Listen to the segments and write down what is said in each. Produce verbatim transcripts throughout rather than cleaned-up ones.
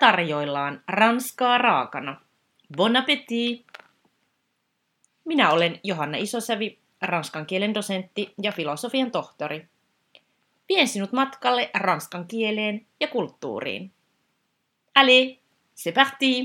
tarjoillaan ranskaa raakana. Bon appétit! Minä olen Johanna Isosävi, ranskan kielen dosentti ja filosofian tohtori. Vien sinut matkalle ranskan kieleen ja kulttuuriin. Allez, c'est parti!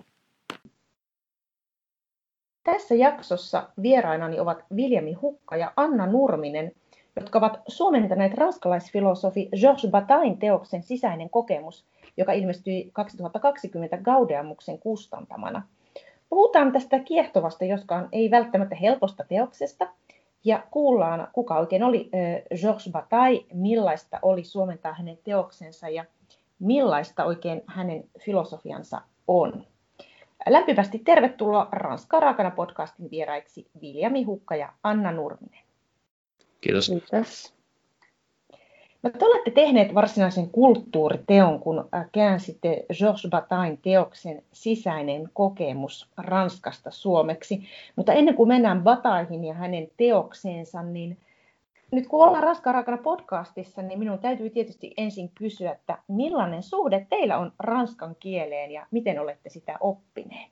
Tässä jaksossa vierainani ovat Viljami Hukka ja Anna Nurminen, jotka ovat suomentaneet ranskalaisfilosofi Georges Bataille teoksen Sisäinen kokemus, joka ilmestyi kaksituhattakaksikymmentä Gaudeamuksen kustantamana. Puhutaan tästä kiehtovasta, joskaan ei välttämättä helposta teoksesta, ja kuullaan, kuka oikein oli Georges Bataille, millaista oli suomentaa hänen teoksensa ja millaista oikein hänen filosofiansa on. Lämpimästi tervetuloa Ranskaa raakana podcastin vieraiksi Viljami Hukka ja Anna Nurminen. Kiitos. Kiitos. No, te olette tehneet varsinaisen kulttuuriteon, kun käänsitte Georges Bataille teoksen Sisäinen kokemus Ranskasta suomeksi. Mutta ennen kuin mennään Bataillehin ja hänen teokseensa, niin nyt kun ollaan Ranskaa raakana podcastissa, niin minun täytyy tietysti ensin kysyä, että millainen suhde teillä on ranskan kieleen ja miten olette sitä oppineet?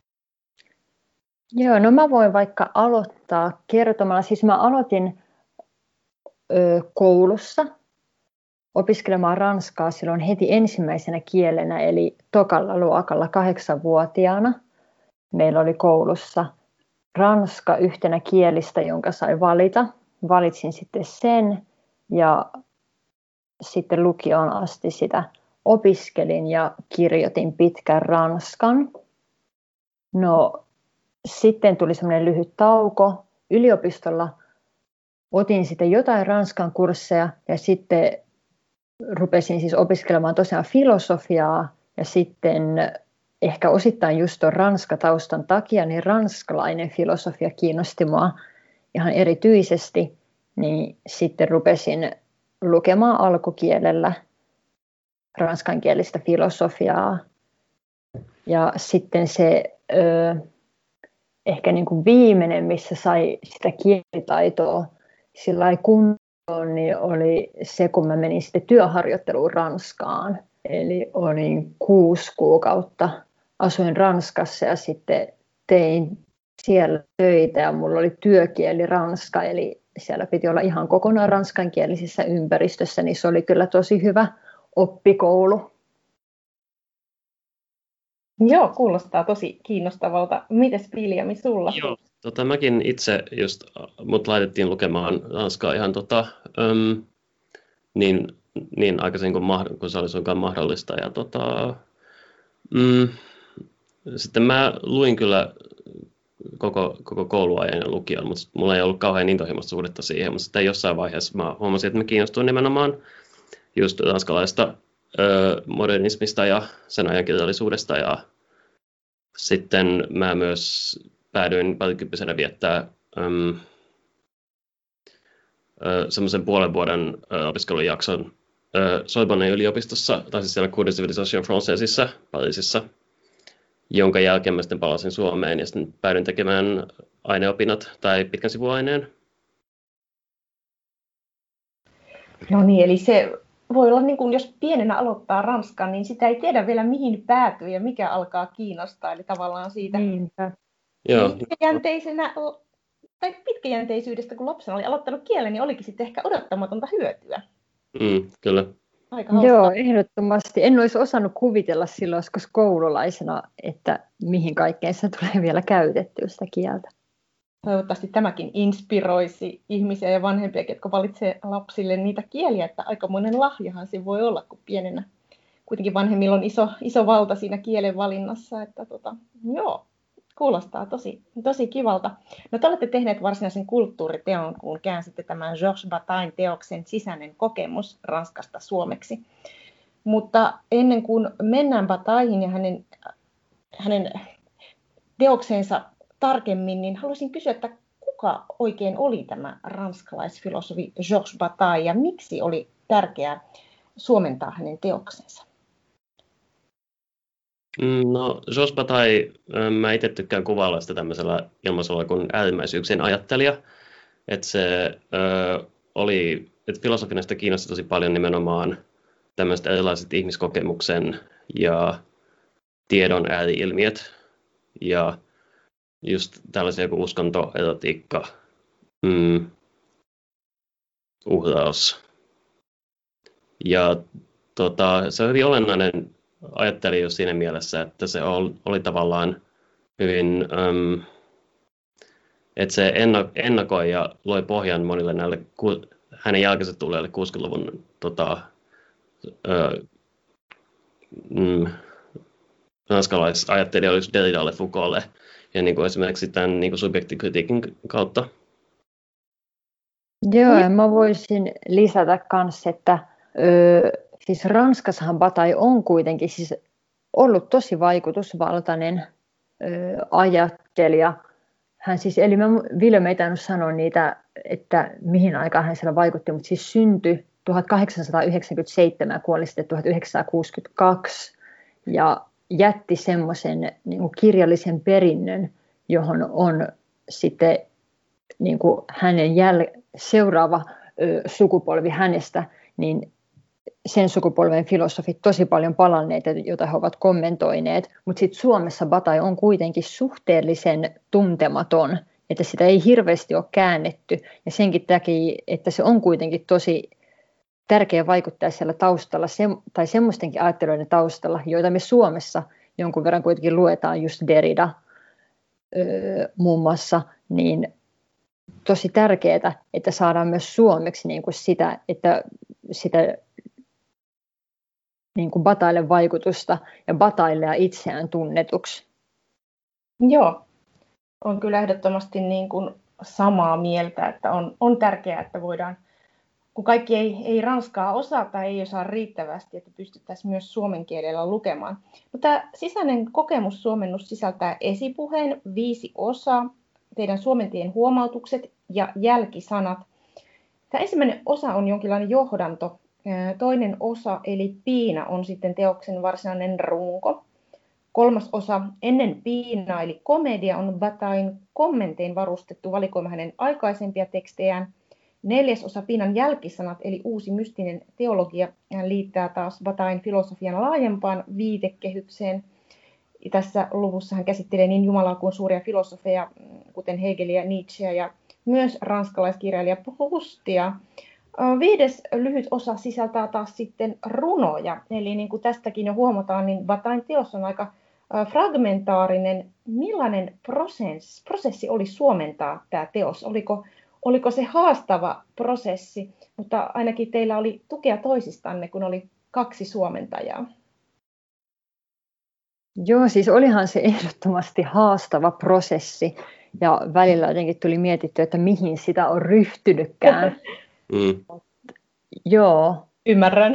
Joo, no mä voin vaikka aloittaa kertomalla. Siis mä aloitin ö, koulussa opiskelemaan ranskaa silloin heti ensimmäisenä kielenä, eli tokalla luokalla kahdeksanvuotiaana. Meillä oli koulussa ranska yhtenä kielistä, jonka sai valita. Valitsin sitten sen ja sitten lukioon asti sitä opiskelin ja kirjoitin pitkän ranskan. No sitten tuli semmoinen lyhyt tauko. Yliopistolla otin sitten jotain ranskan kursseja ja sitten rupesin siis opiskelemaan tosiaan filosofiaa ja sitten ehkä osittain just tuon ranskataustan takia, niin ranskalainen filosofia kiinnosti mua ihan erityisesti, niin sitten rupesin lukemaan alkukielellä ranskankielistä filosofiaa. Ja sitten se ö, ehkä niin kuin viimeinen, missä sai sitä kielitaitoa sillä lailla kuntoon, niin oli se, kun mä menin sitten työharjoitteluun Ranskaan. Eli olin kuusi kuukautta, asuin Ranskassa ja sitten tein siellä töitä ja mulla oli työkieli ranska, eli siellä piti olla ihan kokonaan ranskankielisessä ympäristössä, niin se oli kyllä tosi hyvä oppikoulu. Joo, kuulostaa tosi kiinnostavalta. Mites Viljami sulla? Joo, tota, mäkin itse just, mut laitettiin lukemaan ranskaa ihan tota, äm, niin, niin aikaisin kuin, mahd- kun se oli suinkaan mahdollista. Ja, tota, mm, sitten mä luin kyllä koko, koko kouluajan ja lukion, mutta mulla ei ollut kauhean intohimoista suhdetta siihen, mutta sitten jossain vaiheessa mä huomasin, että mä kiinnostuin nimenomaan just ranskalaista ö, modernismista ja sen ajan kirjallisuudesta, ja sitten mä myös päädyin parikymppisenä viettää ö, semmoisen puolen vuoden ö, opiskelujakson ö, Sorbonne yliopistossa, tai siis siellä Cours de Civilisation Françaisissa Pariisissa, jonka jälkeen mä sitten palasin Suomeen ja sitten päädyin tekemään aineopinnot tai pitkän sivuaineen. No niin, eli se voi olla niin kuin, jos pienenä aloittaa ranskan, niin sitä ei tiedä vielä mihin päätyy ja mikä alkaa kiinnostaa. Eli tavallaan siitä pitkäjänteisenä, tai pitkäjänteisyydestä, kun lapsena oli aloittanut kielen, niin olikin sitten ehkä odottamatonta hyötyä. Mm, kyllä. Joo, ehdottomasti. En olisi osannut kuvitella silloin, koska koululaisena, että mihin kaikkeen se tulee vielä käytettyä sitä kieltä. Toivottavasti tämäkin inspiroisi ihmisiä ja vanhempia, jotka valitsee lapsille niitä kieliä, että aikamoinen lahjahan se voi olla, kun pienenä kuitenkin vanhemmilla on iso, iso valta siinä kielen valinnassa. Että tota, joo, kuulostaa tosi, tosi kivalta. No, te olette tehneet varsinaisen kulttuuriteon, kun käänsitte tämän Georges Bataille teoksen Sisäinen kokemus Ranskasta suomeksi. Mutta ennen kuin mennään Bataillehin ja hänen, hänen teokseensa tarkemmin, niin haluaisin kysyä, että kuka oikein oli tämä ranskalaisfilosofi Georges Bataille ja miksi oli tärkeää suomentaa hänen teoksensa? No, Georges Bataille, mä itse tykkään kuvailla sitä tämmöisellä ilmaisulla kuin äärimmäisyyksien ajattelija. Että se ö, oli, että filosofina sitä kiinnosti tosi paljon nimenomaan tämmöiset erilaiset ihmiskokemuksen ja tiedon ääri-ilmiöt ja just tällaisia kuin uskonto, erotiikka, mm, uhraus. Ja tota, se on hyvin olennainen ajattelija just siinä mielessä, että se oli, oli tavallaan hyvin, um, että se ennakoi ja loi pohjan monille näille hänen jälkeisille tulleille kuusikymmentäluvun tota, ö, mm, ranskalaisajattelijoille, Derridalle, Foucaultlle ja niin kuin esimerkiksi tämän niin kuin subjektikritiikin kautta. Joo, ja mä voisin lisätä myös, että ö, siis Ranskassahan Bataille on kuitenkin siis ollut tosi vaikutusvaltainen ö, ajattelija. Hän siis, eli mä, Vilhelm ei tainnut sanoa niitä, että mihin aikaan hän siellä vaikutti, mutta siis syntyi tuhatkahdeksansataayhdeksänkymmentäseitsemän ja kuoli sitten tuhatyhdeksänsataakuusikymmentäkaksi ja jätti semmoisen niin kuin kirjallisen perinnön, johon on sitten niin kuin hänen jäl- seuraava ö, sukupolvi hänestä, niin sen sukupolven filosofit tosi paljon palanneet, joita he ovat kommentoineet, mutta sitten Suomessa Bataille on kuitenkin suhteellisen tuntematon, että sitä ei hirveästi ole käännetty, ja senkin takia, että se on kuitenkin tosi tärkeä vaikuttaa siellä taustalla, se, tai semmoistenkin ajatteluiden taustalla, joita me Suomessa jonkun verran kuitenkin luetaan, just Derrida öö, muun muassa, niin tosi tärkeää, että saadaan myös suomeksi niin kuin sitä, että sitä niin kuin Bataillen vaikutusta ja Bataillea itseään tunnetuksi. Joo, on kyllä ehdottomasti niin kuin samaa mieltä, että on, on tärkeää, että voidaan, kun kaikki ei, ei ranskaa osaa tai ei osaa riittävästi, että pystyttäisiin myös suomen kielellä lukemaan. Mutta tämä sisäinen kokemussuomennus sisältää esipuheen viisi osaa, teidän suomentien huomautukset ja jälkisanat. Tämä ensimmäinen osa on jonkinlainen johdanto. Toinen osa, eli piina, on sitten teoksen varsinainen runko. Kolmas osa, ennen piinaa, eli komedia, on Bataillen kommentein varustettu valikoima hänen aikaisempia tekstejään. Neljäs osa, piinan jälkisanat, eli uusi mystinen teologia, hän liittää taas Bataillen filosofian laajempaan viitekehykseen. Tässä luvussa hän käsittelee niin Jumalaa kuin suuria filosofeja, kuten Hegelia, Nietzscheä ja myös ranskalaiskirjailija Proustia. Viides lyhyt osa sisältää taas sitten runoja, eli niin kuin tästäkin jo huomataan, niin Bataillen teos on aika fragmentaarinen. Millainen prosessi, prosessi oli suomentaa tämä teos? Oliko, oliko se haastava prosessi, mutta ainakin teillä oli tukea toisistanne, kun oli kaksi suomentajaa. Joo, siis olihan se ehdottomasti haastava prosessi ja välillä jotenkin tuli mietitty, että mihin sitä on ryhtynytkään. Mm. Joo. Ymmärrän.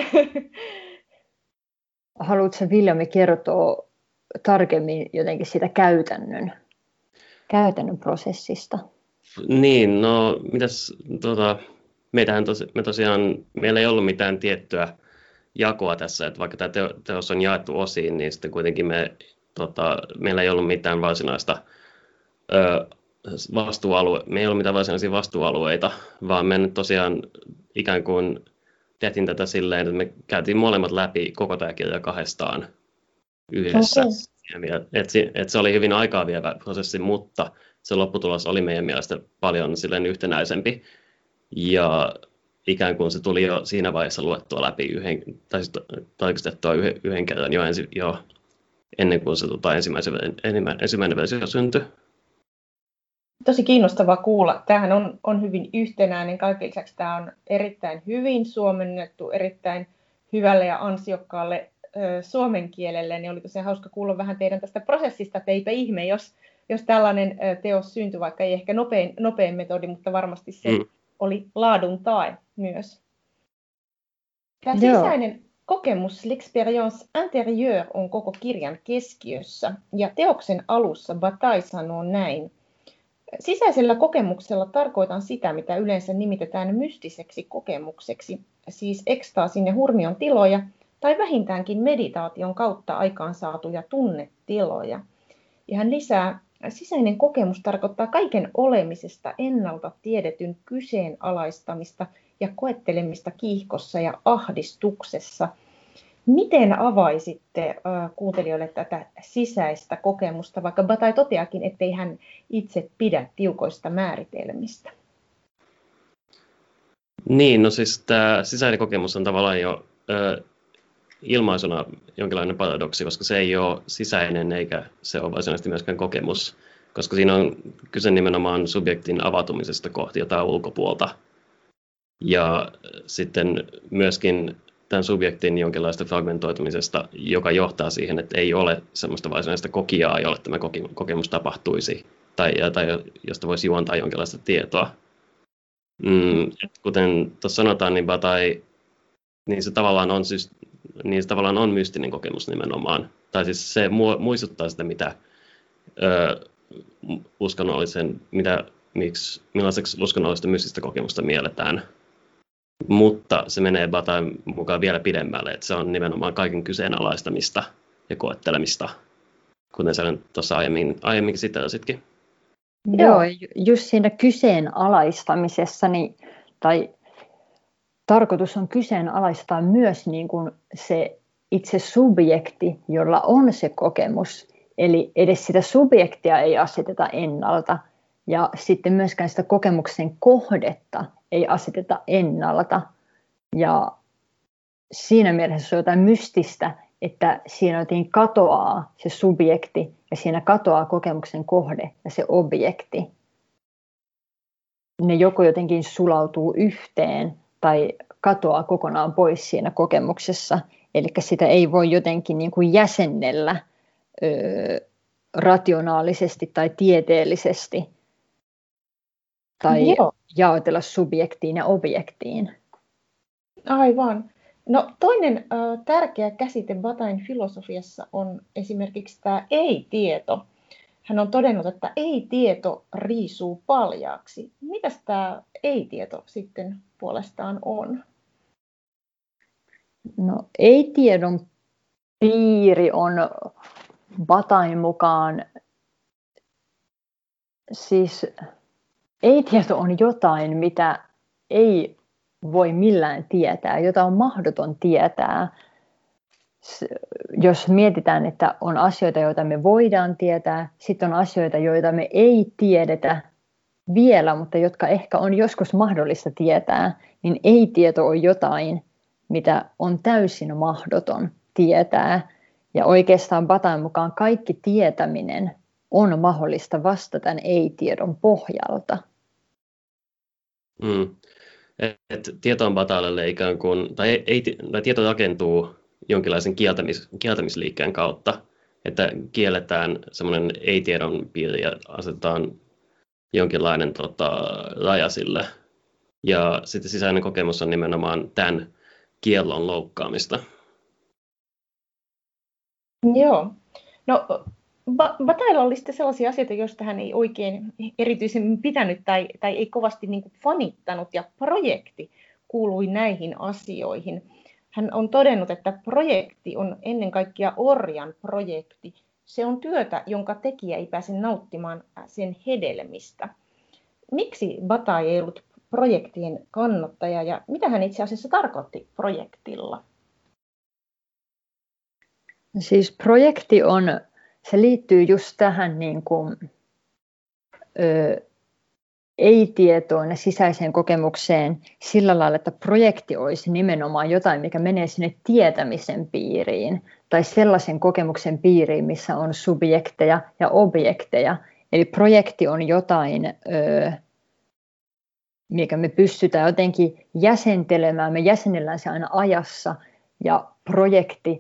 Haluatko Vilhelm kertoa tarkemmin jotenkin sitä käytännön, käytännön prosessista? Niin, no mitäs, tota, meitähän tosi, me tosiaan, meillä ei ollut mitään tiettyä jakoa tässä, että vaikka tämä teos on jaettu osiin, niin sitten kuitenkin me, tota, meillä ei ollut mitään varsinaista ö, vastuualue, me ei ollut mitään varsinaisia vastuualueita, vaan me nyt tosiaan ikään kuin tehtiin tätä silleen, että me käytiin molemmat läpi koko tämä kirja kahdestaan yhdessä. Okay. Et se, et se oli hyvin aikaa vievä prosessi, mutta se lopputulos oli meidän mielestä paljon silleen yhtenäisempi. Ja ikään kuin se tuli jo siinä vaiheessa luettua läpi yhden, tai tarkistettua yhden, yhden kerran jo, ensi, jo ennen kuin se tota, ensimmäisen, ensimmäinen versio syntyi. Tosi kiinnostavaa kuulla. Tämähän on, on hyvin yhtenäinen. Kaiken lisäksi tämä on erittäin hyvin suomennettu, erittäin hyvälle ja ansiokkaalle ö, suomen kielelle. Niin oli tosiaan hauska kuulla vähän teidän tästä prosessista, että eipä ihme, jos, jos tällainen ö, teos syntyi, vaikka ei ehkä nopein, nopein metodi, mutta varmasti se mm. oli laadun tae myös. Tämä sisäinen kokemus, l'expérience intérieure, on koko kirjan keskiössä. Ja teoksen alussa Bataille sanoo näin. Sisäisellä kokemuksella tarkoitan sitä, mitä yleensä nimitetään mystiseksi kokemukseksi, siis ekstaasin ja hurmion tiloja, tai vähintäänkin meditaation kautta aikaansaatuja tunnetiloja. Ja hän lisää, sisäinen kokemus tarkoittaa kaiken olemisesta ennalta tiedetyn kyseenalaistamista ja koettelemista kiihkossa ja ahdistuksessa. Miten avaisitte äh, kuuntelijoille tätä sisäistä kokemusta, vaikka Bataille toteakin, ettei hän itse pidä tiukoista määritelmistä? Niin, no siis tämä sisäinen kokemus on tavallaan jo ö, ilmaisuna jonkinlainen paradoksi, koska se ei ole sisäinen eikä se ole varsinaisesti myöskään kokemus, koska siinä on kyse nimenomaan subjektin avautumisesta kohti jotain ulkopuolta. Ja sitten myöskin tämän subjektin jonkinlaista fragmentoitumisesta, joka johtaa siihen, että ei ole semmoista varsinaista kokijaa, jolle tämä kokemus tapahtuisi, tai, tai josta voisi juontaa jonkinlaista tietoa. Mm, kuten tuossa sanotaan, niin Bataille, niin se tavallaan on, niin se tavallaan on mystinen kokemus nimenomaan. Tai siis se muistuttaa sitä, mitä ö, uskonnollisen, mitä, miksi, millaiseksi uskonnollista mystistä kokemusta mielletään. Mutta se menee Bataille mukaan vielä pidemmälle, että se on nimenomaan kaiken kyseenalaistamista ja koettelemista, kuten sä tuossa aiemmin, aiemmin siteerasitkin. Joo, just siinä kyseenalaistamisessa, niin, tai tarkoitus on kyseenalaistaa myös niin kuin se itse subjekti, jolla on se kokemus. Eli edes sitä subjektia ei aseteta ennalta ja sitten myöskään sitä kokemuksen kohdetta ei aseteta ennalta. Ja siinä mielessä se on jotain mystistä, että siinä jotenkin katoaa se subjekti ja siinä katoaa kokemuksen kohde ja se objekti. Ne joko jotenkin sulautuu yhteen tai katoaa kokonaan pois siinä kokemuksessa. Eli sitä ei voi jotenkin niin kuin jäsennellä ö, rationaalisesti tai tieteellisesti tai Joo. jaotella subjektiin ja objektiin. Aivan. No, toinen äh, tärkeä käsite Bataillein filosofiassa on esimerkiksi tämä ei-tieto. Hän on todennut, että ei-tieto riisuu paljaaksi. Mitäs tämä ei-tieto sitten puolestaan on? No, ei-tiedon piiri on Bataillein mukaan, siis ei-tieto on jotain, mitä ei voi millään tietää, jota on mahdoton tietää. Jos mietitään, että on asioita, joita me voidaan tietää, sitten on asioita, joita me ei tiedetä vielä, mutta jotka ehkä on joskus mahdollista tietää, niin ei-tieto on jotain, mitä on täysin mahdoton tietää. Ja oikeastaan Bataillein mukaan kaikki tietäminen on mahdollista vasta tämän ei-tiedon pohjalta. Mm. Et tieto on Bataillelle ikään kuin, tai, ei, tai tieto rakentuu jonkinlaisen kieltämis, kieltämisliikkeen kautta, että kielletään semmoinen ei-tiedon piiri ja asetetaan jonkinlainen tota, raja sille. Ja sitten sisäinen kokemus on nimenomaan tämän kiellon loukkaamista. Joo. No, Bataille oli sitten sellaisia asioita, joista hän ei oikein erityisen pitänyt tai, tai ei kovasti niin kuin fanittanut, ja projekti kuului näihin asioihin. Hän on todennut, että projekti on ennen kaikkea orjan projekti. Se on työtä, jonka tekijä ei pääse nauttimaan sen hedelmistä. Miksi Bataille ei ollut projektien kannattaja ja mitä hän itse asiassa tarkoitti projektilla? Siis projekti on, se liittyy just tähän niin kuin, ö, ei-tietoon ja sisäiseen kokemukseen sillä lailla, että projekti olisi nimenomaan jotain, mikä menee sinne tietämisen piiriin tai sellaisen kokemuksen piiriin, missä on subjekteja ja objekteja. Eli projekti on jotain, ö, mikä me pystytään jotenkin jäsentelemään. Me jäsenellään se aina ajassa ja projekti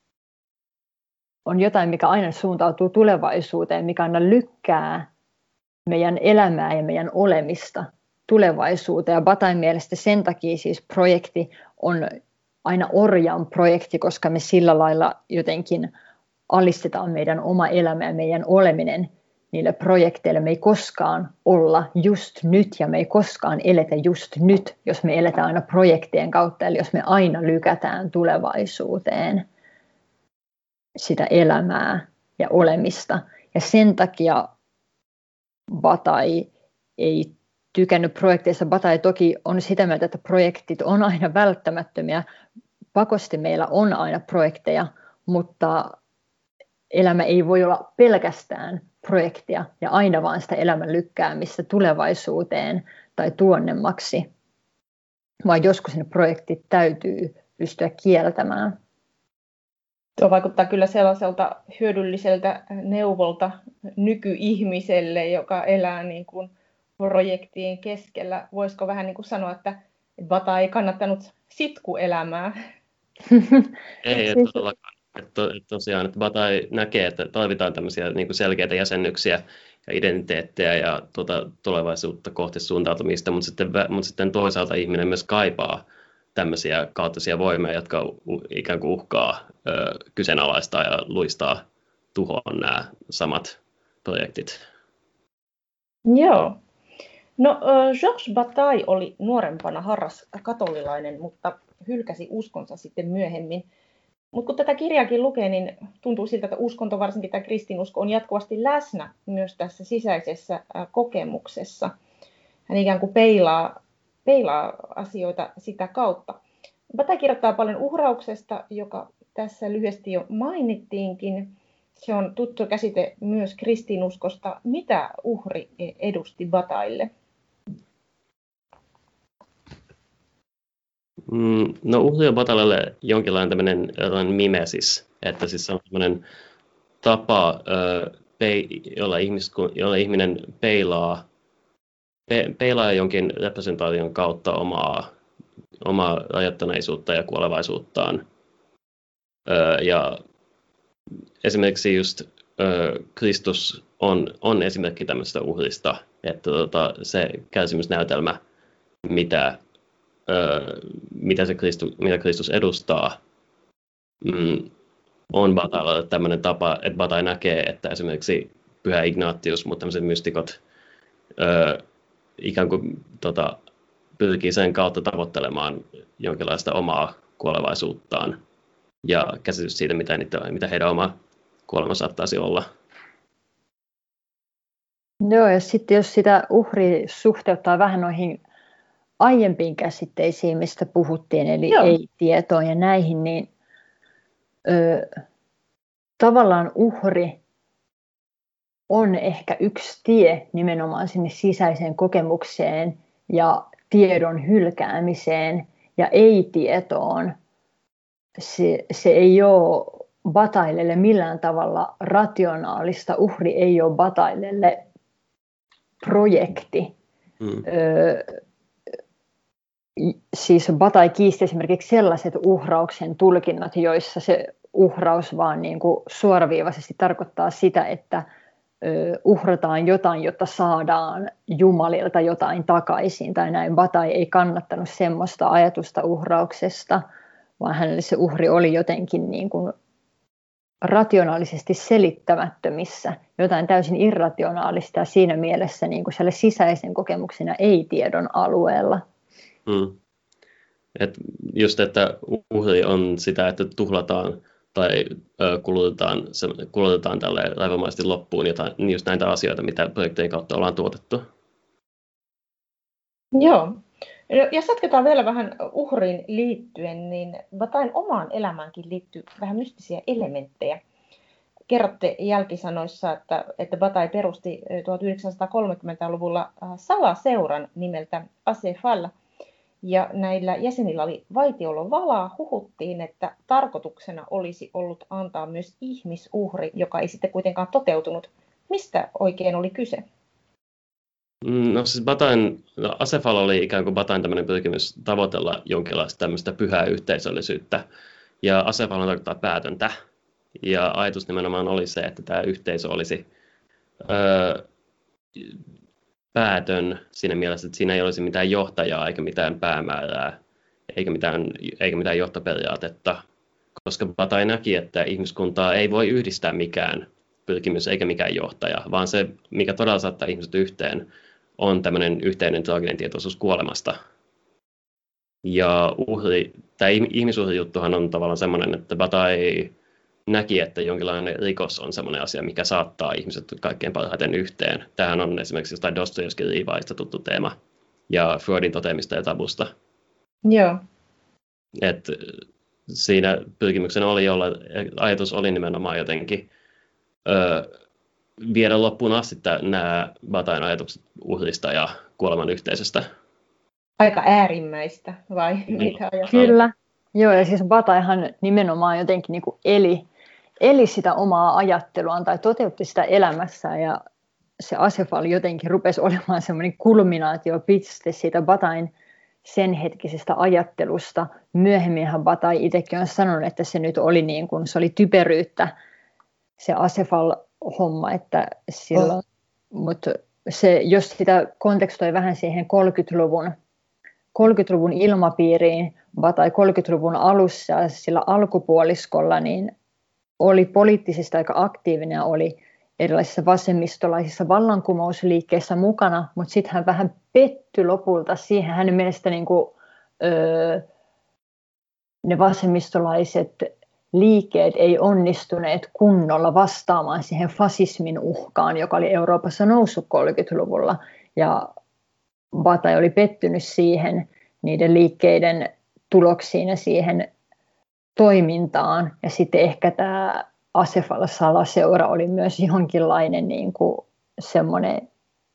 on jotain, mikä aina suuntautuu tulevaisuuteen, mikä aina lykkää meidän elämää ja meidän olemista tulevaisuuteen. Ja Bataillein mielestä sen takia siis projekti on aina orjan projekti, koska me sillä lailla jotenkin alistetaan meidän oma elämä ja meidän oleminen niille projekteille. Me ei koskaan olla just nyt ja me ei koskaan eletä just nyt, jos me eletään aina projektien kautta, eli jos me aina lykätään tulevaisuuteen sitä elämää ja olemista. Ja sen takia Bataille ei tykännyt projekteissa. Bataille toki on sitä mieltä, että projektit on aina välttämättömiä pakosti meillä on aina projekteja, mutta elämä ei voi olla pelkästään projektia ja aina vaan sitä elämän lykkäämistä tulevaisuuteen tai tuonnemmaksi, vaan joskus ne projektit täytyy pystyä kieltämään. Tuo vaikuttaa kyllä sellaiselta hyödylliseltä neuvolta nykyihmiselle, joka elää niin kuin projektien keskellä. Voisiko vähän niin kuin sanoa, että Bata ei kannattanut sitkuelämää? Ei, että todellakaan. Että tosiaan, että Bata näkee, että tarvitaan tämmöisiä niin kuin selkeitä jäsennyksiä ja identiteettejä ja tuota, tulevaisuutta kohti suuntautumista, mutta sitten, mutta sitten toisaalta ihminen myös kaipaa tämmöisiä kaoottisia voimia, jotka ikään kuin uhkaa ö, kyseenalaistaa ja luistaa tuhoon nämä samat projektit. Joo. No, Georges Bataille oli nuorempana harras katolilainen, mutta hylkäsi uskonsa sitten myöhemmin. Mutta kun tätä kirjaakin lukee, niin tuntuu siltä, että uskonto, varsinkin tämä kristinusko, on jatkuvasti läsnä myös tässä sisäisessä kokemuksessa. Hän ikään kuin peilaa, peilaa asioita sitä kautta. Bataille kirjoittaa paljon uhrauksesta, joka tässä lyhyesti jo mainittiinkin. Se on tuttu käsite myös kristinuskosta. Mitä uhri edusti Bataille? No uhri on Bataillelle jonkinlainen tämmöinen mimesis, että siis se on tämmöinen tapa, jolla, ihmis, jolla ihminen peilaa, pe, peilaa jonkin representaation kautta omaa, omaa rajoittuneisuutta ja kuolevaisuuttaan. Ja esimerkiksi just Kristus on, on esimerkki tämmöisestä uhrista, että tota, se kärsimysnäytelmä, mitä Öö, mitä, se Kristu, mitä Kristus edustaa, mm, on Bataillelle tämmöinen tapa, että Bataille näkee, että esimerkiksi Pyhä Ignatius, mutta tämmöiset mystikot öö, ikään kuin tota, pyrkii sen kautta tavoittelemaan jonkinlaista omaa kuolevaisuuttaan ja käsitys siitä, mitä, niitä, mitä heidän oma kuolema saattaisi olla. Joo, ja sitten jos sitä uhria suhteuttaa vähän noihin aiempiin käsitteisiin, mistä puhuttiin, eli Joo. ei-tietoon ja näihin, niin ö, tavallaan uhri on ehkä yksi tie nimenomaan sinne sisäiseen kokemukseen ja tiedon hylkäämiseen ja ei-tietoon. Se, se ei ole Bataillelle millään tavalla rationaalista. Uhri ei ole Bataillelle projekti. Mm. Ö, Siis Bataille kiisti esimerkiksi sellaiset uhrauksen tulkinnat, joissa se uhraus vaan niin kuin suoraviivaisesti tarkoittaa sitä, että uhrataan jotain, jotta saadaan Jumalilta jotain takaisin. Tai näin Bataille ei kannattanut semmoista ajatusta uhrauksesta, vaan hänelle se uhri oli jotenkin niin kuin rationaalisesti selittämättömissä, jotain täysin irrationaalista ja siinä mielessä niin kuin siellä sisäisen kokemuksena ei-tiedon alueella. Hmm. Et just, että uhri on sitä, että tuhlataan tai ö, kulutetaan, se, kulutetaan tälleen raivomaisesti loppuun jotain, just näitä asioita, mitä projektien kautta ollaan tuotettu. Joo. Jos jatketaan vielä vähän uhriin liittyen, niin Bataillen omaan elämäänkin liittyy vähän mystisiä elementtejä. Kerrotte jälkisanoissa, että, että Bataille perusti tuhatyhdeksänsataakolmekymmentäluvulla salaseuran nimeltä Acéphale. Ja näillä jäsenillä oli vaitiolon valaa. Huhuttiin, että tarkoituksena olisi ollut antaa myös ihmisuhri, joka ei sitten kuitenkaan toteutunut. Mistä oikein oli kyse? No siis Bataillen, no Acéphale oli ikään kuin Bataillen tämmöinen pyrkimys tavoitella jonkinlaista tämmöistä pyhää yhteisöllisyyttä. Ja Acéphale tarkoittaa päätöntä. Ja ajatus nimenomaan oli se, että tämä yhteisö olisi öö, päätön siinä mielessä, että siinä ei olisi mitään johtajaa eikä mitään päämäärää eikä mitään, eikä mitään johtoperiaatetta, koska Bataille näki, että ihmiskuntaa ei voi yhdistää mikään pyrkimys eikä mikään johtaja, vaan se, mikä todella saattaa ihmiset yhteen, on tämmöinen yhteinen traaginen tietoisuus kuolemasta. Ja uhri, tämä ihmisuhrijuttuhan on tavallaan semmoinen, että Bataille näki, että jonkinlainen rikos on semmoinen asia, mikä saattaa ihmiset kaikkein parhaiten yhteen. Tämähän on esimerkiksi jostain Dostojevskin riivaista tuttu teema ja Freudin toteamista ja tabusta. Joo. Et siinä pyrkimyksenä oli olla, ajatus oli nimenomaan jotenkin ö, viedä loppuun asti nämä Batayn ajatukset uhrista ja kuoleman yhteisöstä. Aika äärimmäistä, vai mitä ajatuksia? Kyllä, joo, ja siis Batayhan nimenomaan jotenkin niin kuin eli, eli sitä omaa ajatteluaan tai toteutti sitä elämässään, ja se Asefal jotenkin rupesi olemaan semmoinen kulminaatiopiste siitä Batayn sen hetkisestä ajattelusta. Myöhemminhän Bataille itsekin on sanonut, että se nyt oli niin kuin, se oli typeryyttä, se Asefal-homma, että silloin, oh. mutta se, jos sitä kontekstoi vähän siihen kolmekymmentäluvun, kolmekymmentäluvun ilmapiiriin, Bataille kolmekymmentäluvun alussa ja sillä alkupuoliskolla, niin oli poliittisesti aika aktiivinen ja oli erilaisissa vasemmistolaisissa vallankumousliikkeissä mukana, mutta sitten hän vähän pettyi lopulta siihen. Hänen mielestä niin kuin, öö, ne vasemmistolaiset liikkeet ei onnistuneet kunnolla vastaamaan siihen fasismin uhkaan, joka oli Euroopassa noussut kolmekymmentäluvulla. Ja Bataille oli pettynyt siihen, niiden liikkeiden tuloksiin ja siihen toimintaan. Ja sitten ehkä tämä Asefal-salaseura oli myös jonkinlainen niin kuin semmoinen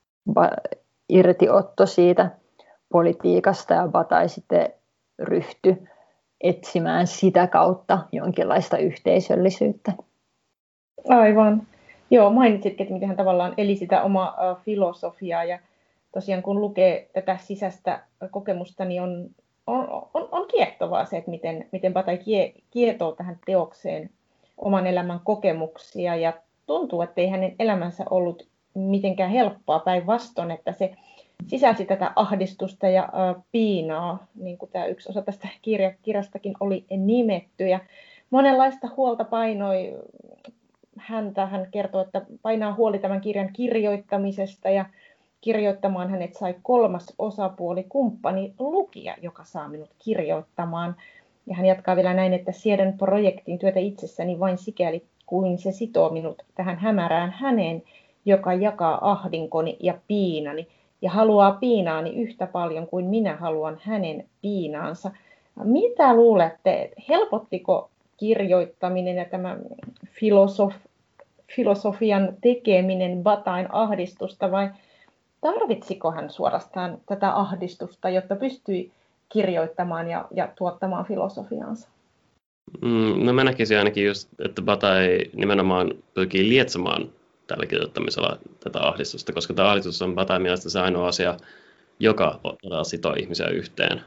irtiotto siitä politiikasta, ja Bataille sitten ryhtyi etsimään sitä kautta jonkinlaista yhteisöllisyyttä. Aivan. Joo, mainitsitkin, että miten hän tavallaan eli sitä omaa uh, filosofiaa, ja tosiaan kun lukee tätä sisäistä kokemusta, niin on, on, on, on kiehtovaa se, että miten, miten Bataille kie, kietoo tähän teokseen oman elämän kokemuksia, ja tuntuu, että ei hänen elämänsä ollut mitenkään helppoa, päinvastoin, että se sisälsi tätä ahdistusta ja uh, piinaa, niin kuin tämä yksi osa tästä kirja, kirjastakin oli nimetty, ja monenlaista huolta painoi häntä. Hän kertoo, että painaa huoli tämän kirjan kirjoittamisesta, ja kirjoittamaan hänet sai kolmas osapuoli, kumppani lukija, joka saa minut kirjoittamaan. Ja hän jatkaa vielä näin, että siedän projektin työtä itsessäni vain sikäli, kuin se sitoo minut tähän hämärään häneen, joka jakaa ahdinkoni ja piinani, ja haluaa piinaani yhtä paljon kuin minä haluan hänen piinaansa. Mitä luulette, helpottiko kirjoittaminen ja tämä filosof, filosofian tekeminen Bataille ahdistusta, vai tarvitsiko hän suorastaan tätä ahdistusta, jotta pystyi kirjoittamaan ja, ja tuottamaan filosofiaansa? Mm, no mä näkisin ainakin just, että Bataille nimenomaan pyrkii lietsomaan tällä kirjoittamisella tätä ahdistusta, koska tämä ahdistus on Bataille mielestä se ainoa asia, joka sitoo ihmisiä yhteen.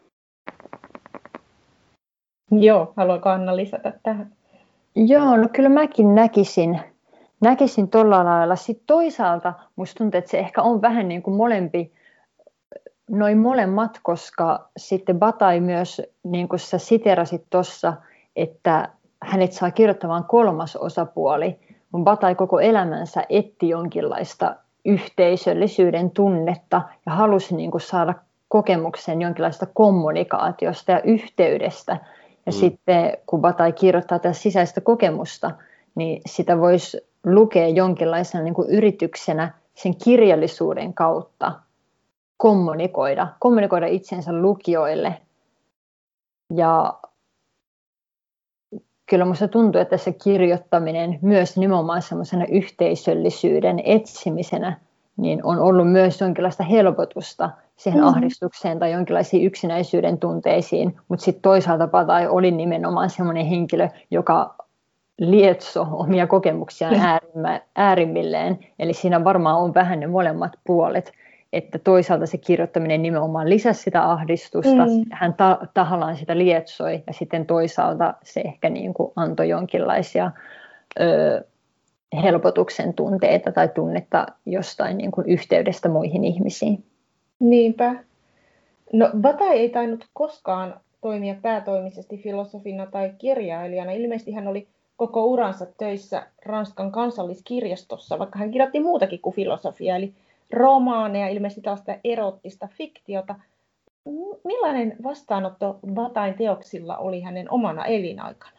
Joo, haluatko Anna lisätä tähän? Joo, no kyllä mäkin näkisin, näkisin tuolla lailla. Sitten toisaalta musta tuntuu, että se ehkä on vähän niin kuin molempi, noin molemmat, koska sitten Bataille myös, niin kuin sä siterasit tuossa, että hänet saa kirjoittamaan kolmas osapuoli, kun Bataille koko elämänsä etti jonkinlaista yhteisöllisyyden tunnetta ja halusi niin kuin saada kokemuksen jonkinlaista kommunikaatiosta ja yhteydestä. Ja mm. sitten kun Bataille kirjoittaa tätä sisäistä kokemusta, niin sitä voisi lukea jonkinlaisena niin kuin yrityksenä sen kirjallisuuden kautta kommunikoida, kommunikoida itsensä lukijoille. Ja kyllä minusta tuntuu, että se kirjoittaminen myös nimenomaan semmoisena yhteisöllisyyden etsimisenä niin on ollut myös jonkinlaista helpotusta siihen mm-hmm. ahdistukseen tai jonkinlaisiin yksinäisyyden tunteisiin, mutta sitten toisaalta Bataille oli nimenomaan semmoinen henkilö, joka lietso omia kokemuksiaan äärimmä, äärimmilleen, eli siinä varmaan on vähän ne molemmat puolet, että toisaalta se kirjoittaminen nimenomaan lisäsi sitä ahdistusta, mm. hän ta- tahallaan sitä lietsoi, ja sitten toisaalta se ehkä niin kuin antoi jonkinlaisia ö, helpotuksen tunteita tai tunnetta jostain niin kuin yhteydestä muihin ihmisiin. Niinpä. No, Bataille ei tainnut koskaan toimia päätoimisesti filosofina tai kirjailijana. Ilmeisesti hän oli koko uransa töissä Ranskan kansalliskirjastossa, vaikka hän kirjoitti muutakin kuin filosofiaa, eli romaaneja, ilmeisesti tällaista erottista fiktiota. Millainen vastaanotto Bataille teoksilla oli hänen omana elinaikanaan?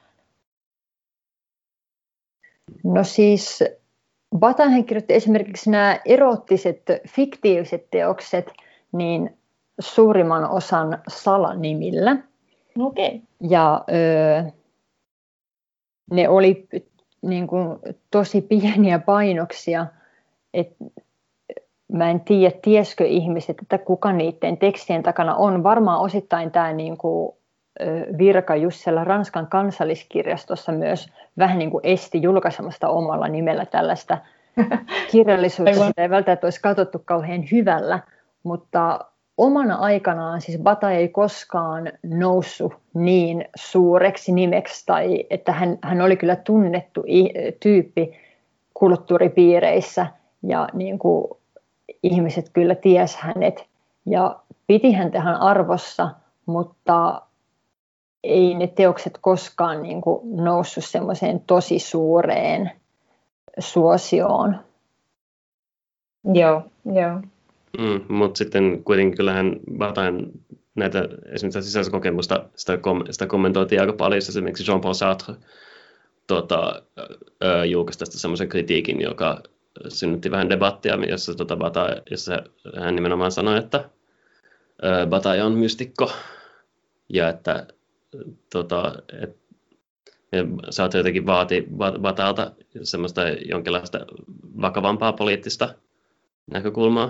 No siis Bataille kirjoitti esimerkiksi nämä erottiset, fiktiiviset teokset niin suurimman osan salanimillä. Okei. Okay. Ja öö, ne oli niin kuin, tosi pieniä painoksia, että mä en tiedä, tiesikö ihmiset, että kuka niiden tekstien takana on. Varmaan osittain tämä niin kuin, virka just siellä Ranskan kansalliskirjastossa myös vähän niin kuin esti julkaisemasta omalla nimellä tällaista kirjallisuutta. Sitä ei välttämättä olisi katsottu kauhean hyvällä, mutta omana aikanaan siis Bataille ei koskaan noussut niin suureksi nimeksi, tai että hän, hän oli kyllä tunnettu tyyppi kulttuuripiireissä ja niin kuin ihmiset kyllä ties hänet ja piti häntä arvossa, mutta ei ne teokset koskaan niin kuin noussut semmoiseen tosi suureen suosioon. Joo, joo. Mm, mutta sitten kuitenkin kyllähän Bataille näitä esimerkiksi sisäiskokemusta, sitä, kom, sitä kommentoitiin aika paljon, esimerkiksi Jean-Paul Sartre tota, ö, julkaisi tästä semmoisen kritiikin, joka synnytti vähän debattia, jossa, tota, Bataille, jossa hän nimenomaan sanoi, että ö, Bataille on mystikko ja että tota, et, Sartre jotenkin vaati Batailta semmoista jonkinlaista vakavampaa poliittista näkökulmaa.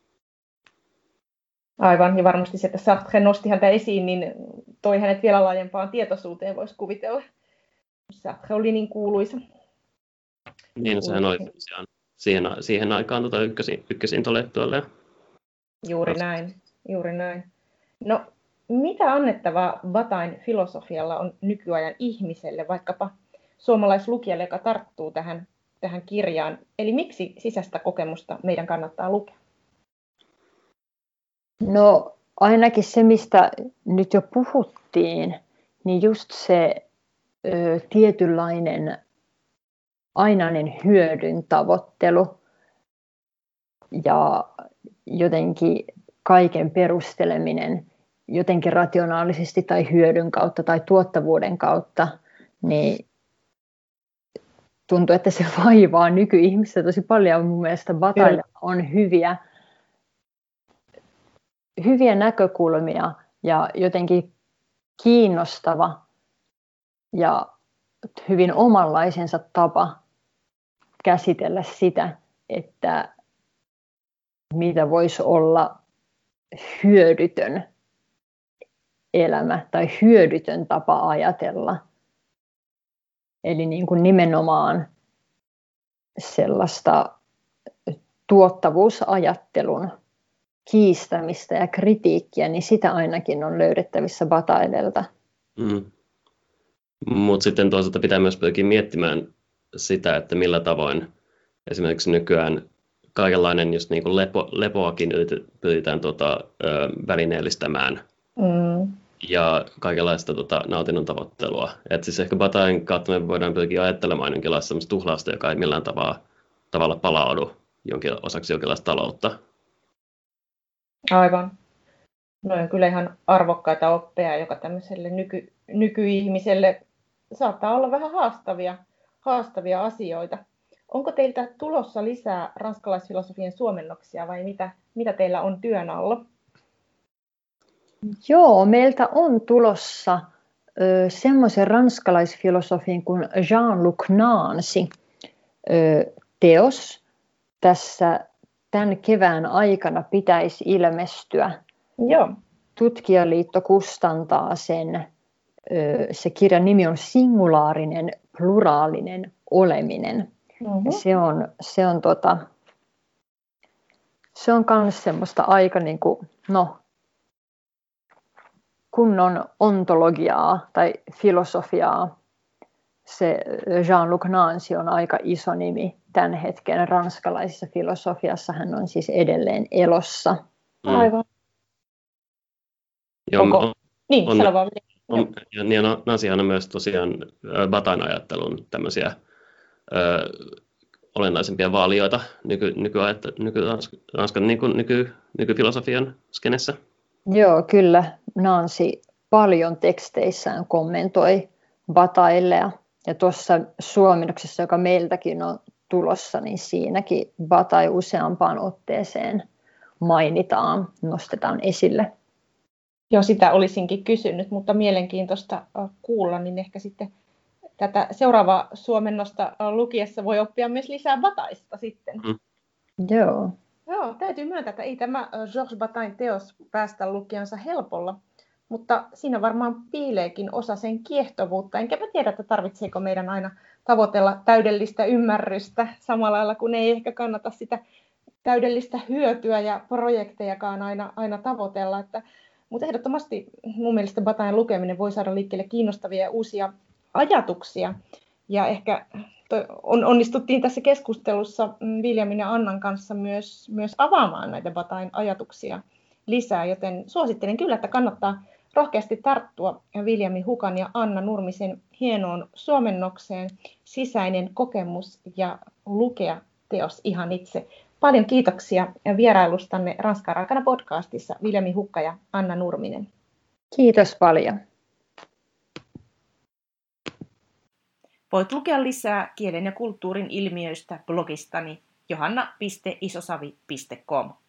Aivan, ja varmasti se, että Sartre nosti häntä esiin, niin toi hänet vielä laajempaan tietoisuuteen, voisi kuvitella. Sartre oli niin kuuluisa. Niin, sehän oli siihen, siihen aikaan tuota ykkösin, ykkösintellektuaaleja. Juuri näin, juuri näin. No, mitä annettavaa Bataille filosofialla on nykyajan ihmiselle, vaikkapa suomalaislukijalle, joka tarttuu tähän, tähän kirjaan? Eli miksi sisäistä kokemusta meidän kannattaa lukea? No ainakin se, mistä nyt jo puhuttiin, niin just se ö, tietynlainen ainainen hyödyn tavoittelu ja jotenkin kaiken perusteleminen jotenkin rationaalisesti tai hyödyn kautta tai tuottavuuden kautta, niin tuntuu, että se vaivaa nykyihmistä tosi paljon. Mun mielestä Bataille on hyviä, hyviä näkökulmia ja jotenkin kiinnostava ja hyvin omanlaisensa tapa käsitellä sitä, että mitä voisi olla hyödytön elämä tai hyödytön tapa ajatella. Eli niin kuin nimenomaan sellaista tuottavuusajattelun kiistämistä ja kritiikkiä, niin sitä ainakin on löydettävissä Bataillelta. Mm. Mutta sitten toisaalta pitää myös pyrkiä miettimään sitä, että millä tavoin esimerkiksi nykyään kaikenlainen just niin kuin lepo, lepoakin pyritään tota, ö, välineellistämään mm. ja kaikenlaista tota, nautinnon tavoittelua. Et siis ehkä Bataillen kautta me voidaan pyrkiä ajattelemaan jonkinlaista tuhlausta, joka ei millään tavalla, tavalla palaudu jonkin, osaksi jonkinlaista taloutta. Aivan. No on kyllä ihan arvokkaita oppeja, joka tämmöiselle nyky, nykyihmiselle saattaa olla vähän haastavia, haastavia asioita. Onko teiltä tulossa lisää ranskalaisfilosofian suomennoksia vai mitä, mitä teillä on työn alla? Joo, meiltä on tulossa ö, semmoisen ranskalaisfilosofin kuin Jean-Luc Nancy ö, teos. Tässä tämän kevään aikana pitäisi ilmestyä. Joo. Tutkijaliitto kustantaa sen. Ö, se kirjan nimi on Singulaarinen, pluraalinen oleminen. Mm-hmm. Se on, se on, tota, se on myös semmoista aika niin kuin, no, kunnon ontologiaa tai filosofiaa. Se Jean-Luc Nancy on aika iso nimi tämän hetken ranskalaisessa filosofiassa. Hän on siis edelleen elossa. Mm. Aivan. Joo, on, niin, on, on, on, ja niin, Nancyhan on myös tosiaan Bataillen ajattelun tämmöisiä ö, olennaisempia vaalioita nyky, nyky, nyky, Ranskan nyky, nyky, nykyfilosofian skenessä. Joo, kyllä. Nancy paljon teksteissään kommentoi Bataillea. Ja tuossa suomennoksessa, joka meiltäkin on tulossa, niin siinäkin Bataille useampaan otteeseen mainitaan, nostetaan esille. Joo, sitä olisinkin kysynyt, mutta mielenkiintoista kuulla, niin ehkä sitten tätä seuraavaa suomennosta lukiessa voi oppia myös lisää Bataista sitten. Mm. Joo. Joo, täytyy myöntää, että ei tämä Georges Bataille teos päästä lukijansa helpolla, mutta siinä varmaan piileekin osa sen kiehtovuutta. Enkä mä tiedä, että tarvitseeko meidän aina tavoitella täydellistä ymmärrystä samalla lailla, kun ei ehkä kannata sitä täydellistä hyötyä ja projektejakaan aina, aina tavoitella. Että, mutta ehdottomasti mun mielestä Bataillen lukeminen voi saada liikkeelle kiinnostavia ja uusia ajatuksia. Ja ehkä on, onnistuttiin tässä keskustelussa Williamin ja Annan kanssa myös, myös avaamaan näitä Bataillen ajatuksia lisää, joten suosittelen kyllä, että kannattaa rohkeasti tarttua Williamin Hukan ja Anna Nurmisen hienoon suomennokseen Sisäinen kokemus ja lukea teos ihan itse. Paljon kiitoksia vierailustanne Ranskan raakana podcastissa, Williamin Hukka ja Anna Nurminen. Kiitos paljon. Voit lukea lisää kielen ja kulttuurin ilmiöistä blogistani johanna piste isosavi piste com.